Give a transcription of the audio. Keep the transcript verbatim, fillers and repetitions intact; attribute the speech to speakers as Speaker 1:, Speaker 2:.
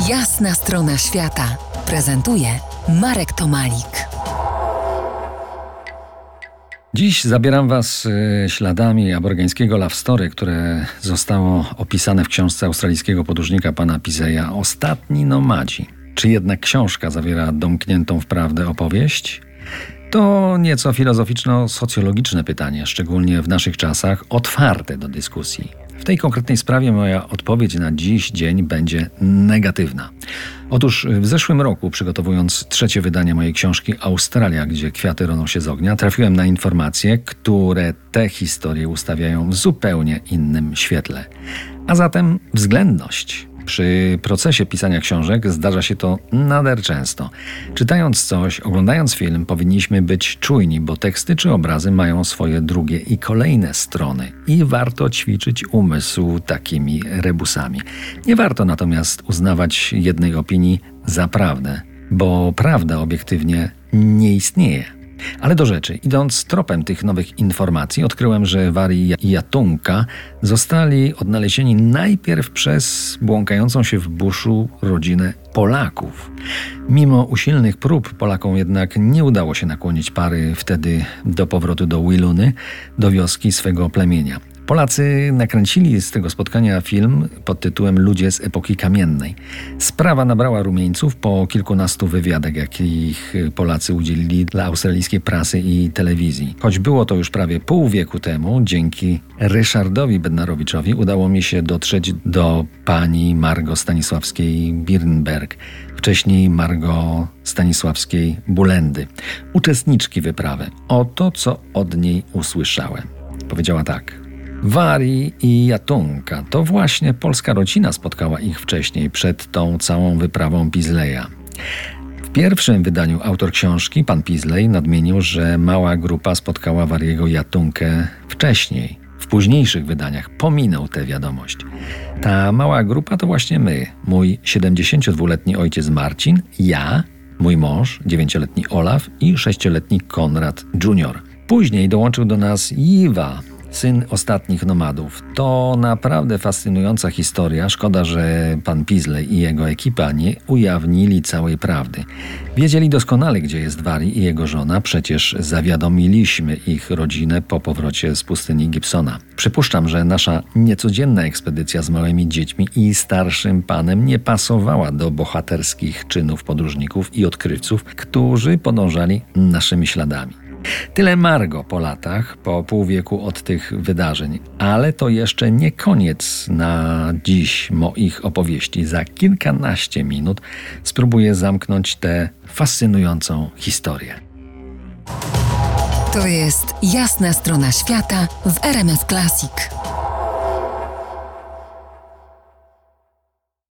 Speaker 1: Jasna strona świata prezentuje Marek Tomalik.
Speaker 2: Dziś zabieram Was śladami aborygeńskiego love story, które zostało opisane w książce australijskiego podróżnika pana Piseya Ostatni nomadzi. Czy jednak książka zawiera domkniętą w prawdę opowieść? To nieco filozoficzno-socjologiczne pytanie, szczególnie w naszych czasach, otwarte do dyskusji. W tej konkretnej sprawie moja odpowiedź na dziś dzień będzie negatywna. Otóż w zeszłym roku, przygotowując trzecie wydanie mojej książki Australia, gdzie kwiaty roną się z ognia, trafiłem na informacje, które te historie ustawiają w zupełnie innym świetle. A zatem względność. Przy procesie pisania książek zdarza się to nader często. Czytając coś, oglądając film, powinniśmy być czujni, bo teksty czy obrazy mają swoje drugie i kolejne strony i warto ćwiczyć umysł takimi rebusami. Nie warto natomiast uznawać jednej opinii za prawdę, bo prawda obiektywnie nie istnieje. Ale do rzeczy. Idąc tropem tych nowych informacji, odkryłem, że Wari i Yatunka zostali odnalezieni najpierw przez błąkającą się w buszu rodzinę Polaków. Mimo usilnych prób Polakom jednak nie udało się nakłonić pary wtedy do powrotu do Wiluny, do wioski swego plemienia. Polacy nakręcili z tego spotkania film pod tytułem Ludzie z epoki kamiennej. Sprawa nabrała rumieńców po kilkunastu wywiadach, jakich Polacy udzielili dla australijskiej prasy i telewizji. Choć było to już prawie pół wieku temu, dzięki Ryszardowi Bednarowiczowi udało mi się dotrzeć do pani Margo Stanisławskiej-Birnberg, wcześniej Margo Stanisławskiej-Bulendy, uczestniczki wyprawy. Oto, co od niej usłyszałem. Powiedziała tak. Wari i Yatunka to właśnie polska rodzina spotkała ich wcześniej, przed tą całą wyprawą Pisleya. W pierwszym wydaniu autor książki, pan Pisley, nadmienił, że mała grupa spotkała Wariego i Yatunkę wcześniej. W późniejszych wydaniach pominął tę wiadomość. Ta mała grupa to właśnie my, mój siedemdziesięciodwuletni ojciec Marcin, ja, mój mąż, dziewięcioletni Olaf i sześcioletni Konrad junior Później dołączył do nas Jiwa, syn ostatnich nomadów. To naprawdę fascynująca historia. Szkoda, że pan Pisley i jego ekipa nie ujawnili całej prawdy. Wiedzieli doskonale, gdzie jest Wari i jego żona. Przecież zawiadomiliśmy ich rodzinę po powrocie z pustyni Gibsona. Przypuszczam, że nasza niecodzienna ekspedycja z małymi dziećmi i starszym panem nie pasowała do bohaterskich czynów podróżników i odkrywców, którzy podążali naszymi śladami. Tyle Margo po latach, po pół wieku od tych wydarzeń. Ale to jeszcze nie koniec na dziś moich opowieści. Za kilkanaście minut spróbuję zamknąć tę fascynującą historię.
Speaker 1: To jest Jasna strona świata w R M F Classic.